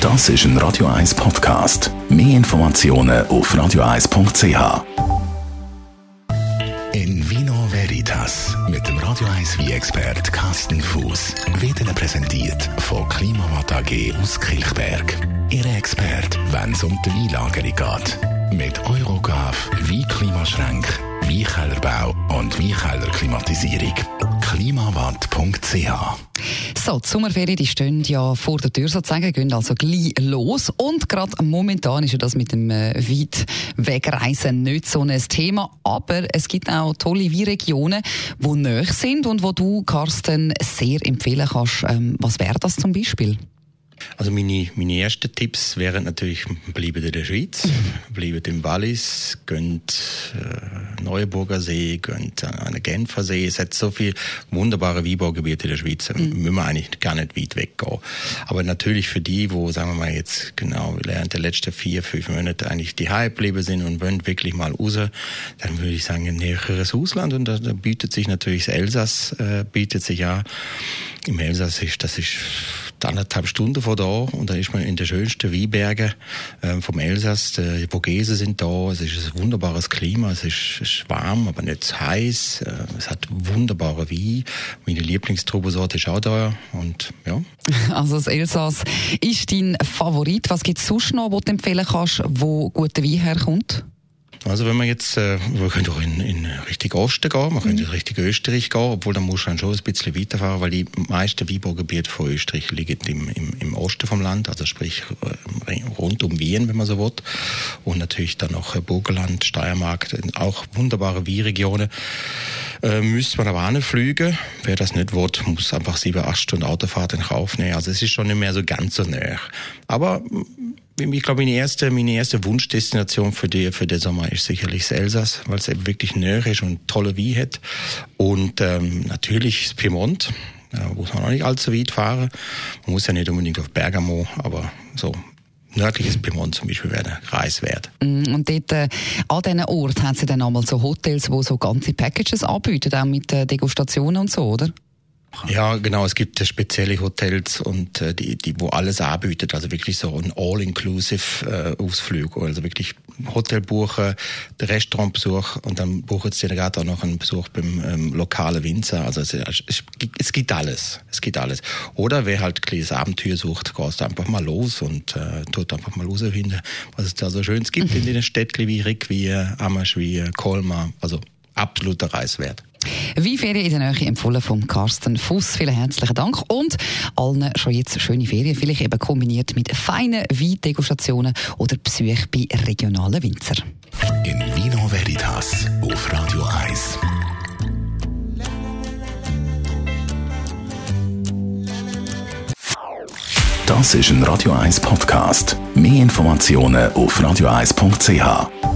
Das ist ein Radio 1 Podcast. Mehr Informationen auf radio1.ch. In Vino Veritas mit dem Radio 1 Wein-Expert Carsten Fuß wird Ihnen präsentiert von Klimawatt AG aus Kilchberg. Ihre Experte, wenn es um die Weinlagerung geht. Mit Eurogav, Weinklimaschränk, Weinkellerbau und Weinkellerklimatisierung. Klimawatt.ch. So, die Sommerferien, die stehen ja vor der Tür sozusagen, gehen also gleich los. Und gerade momentan ist ja das mit dem Weitwegreisen nicht so ein Thema. Aber es gibt auch tolle Weinregionen, die nahe sind und wo du, Carsten, sehr empfehlen kannst. Was wäre das zum Beispiel? Also meine ersten Tipps wären natürlich, bleiben in der Schweiz, bleiben im Wallis, gehen Neuenburger See, gehen an den Genfer See. Es hat so viele wunderbare Weinbaugebiete in der Schweiz, müssen wir eigentlich gar nicht weit weggehen. Aber natürlich für die, wo, sagen wir mal jetzt genau während der letzten 4-5 Monate eigentlich die Hype geblieben sind und wollen wirklich mal raus, dann würde ich sagen, ein näheres Ausland. Und da bietet sich natürlich das Elsass, bietet sich ja. Im Elsass ist 1,5 Stunden von da und da ist man in den schönsten Weinbergen vom Elsass. Die Vogesen sind da, es ist ein wunderbares Klima, es ist warm, aber nicht zu heiß. Es hat wunderbare Wein. Meine Lieblingstrubensorte ist auch da und ja. Also das Elsass ist dein Favorit. Was gibt es sonst noch, wo du empfehlen kannst, wo guter Wein herkommt? Also wenn man jetzt, wir können doch in Richtung Osten gehen, man könnte in Richtung Österreich gehen, obwohl da muss man schon ein bisschen weiterfahren, weil die meisten Weinbaugebiete von Österreich liegen im Osten vom Land, also sprich rund um Wien, wenn man so will. Und natürlich dann noch Burgenland, Steiermark, auch wunderbare Weinregionen. Müsste man aber auch nicht fliegen. Wer das nicht will, muss einfach 7-8 Stunden Autofahrt in Kauf nehmen. Also es ist schon nicht mehr so ganz so nah. Aber ich glaube, meine erste Wunschdestination für den Sommer ist sicherlich das Elsass, weil es eben wirklich näher ist und tolle Wein hat. Und natürlich das Piemont, muss man auch nicht allzu weit fahren. Man muss ja nicht unbedingt auf Bergamo, aber so nördliches Piemont zum Beispiel wäre eine Reise wert. Und dort an diesen Ort haben sie dann einmal so Hotels, die so ganze Packages anbieten, auch mit Degustationen und so, oder? Ja, genau. Es gibt spezielle Hotels und die wo alles anbieten. Also wirklich so ein All-Inclusive Ausflug. Also wirklich Hotel buchen, den Restaurantbesuch und dann buchen sie gerade auch noch einen Besuch beim lokalen Winzer. Also es gibt alles. Es gibt alles. Oder wer halt ein kleines Abenteuer sucht, geht einfach mal los und tut einfach mal rausfinden, was es da so Schönes gibt in den Städten wie Rickwier, Ammerschwier, Colmar. Also absoluter Reiswert. Weinferien in der Nähe empfohlen von Carsten Fuß. Vielen herzlichen Dank und allen schon jetzt schöne Ferien, vielleicht eben kombiniert mit feinen Weindegustationen oder Besuch bei regionalen Winzer. In Vino Veritas auf Radio 1. Das ist ein Radio 1 Podcast. Mehr Informationen auf radio1.ch.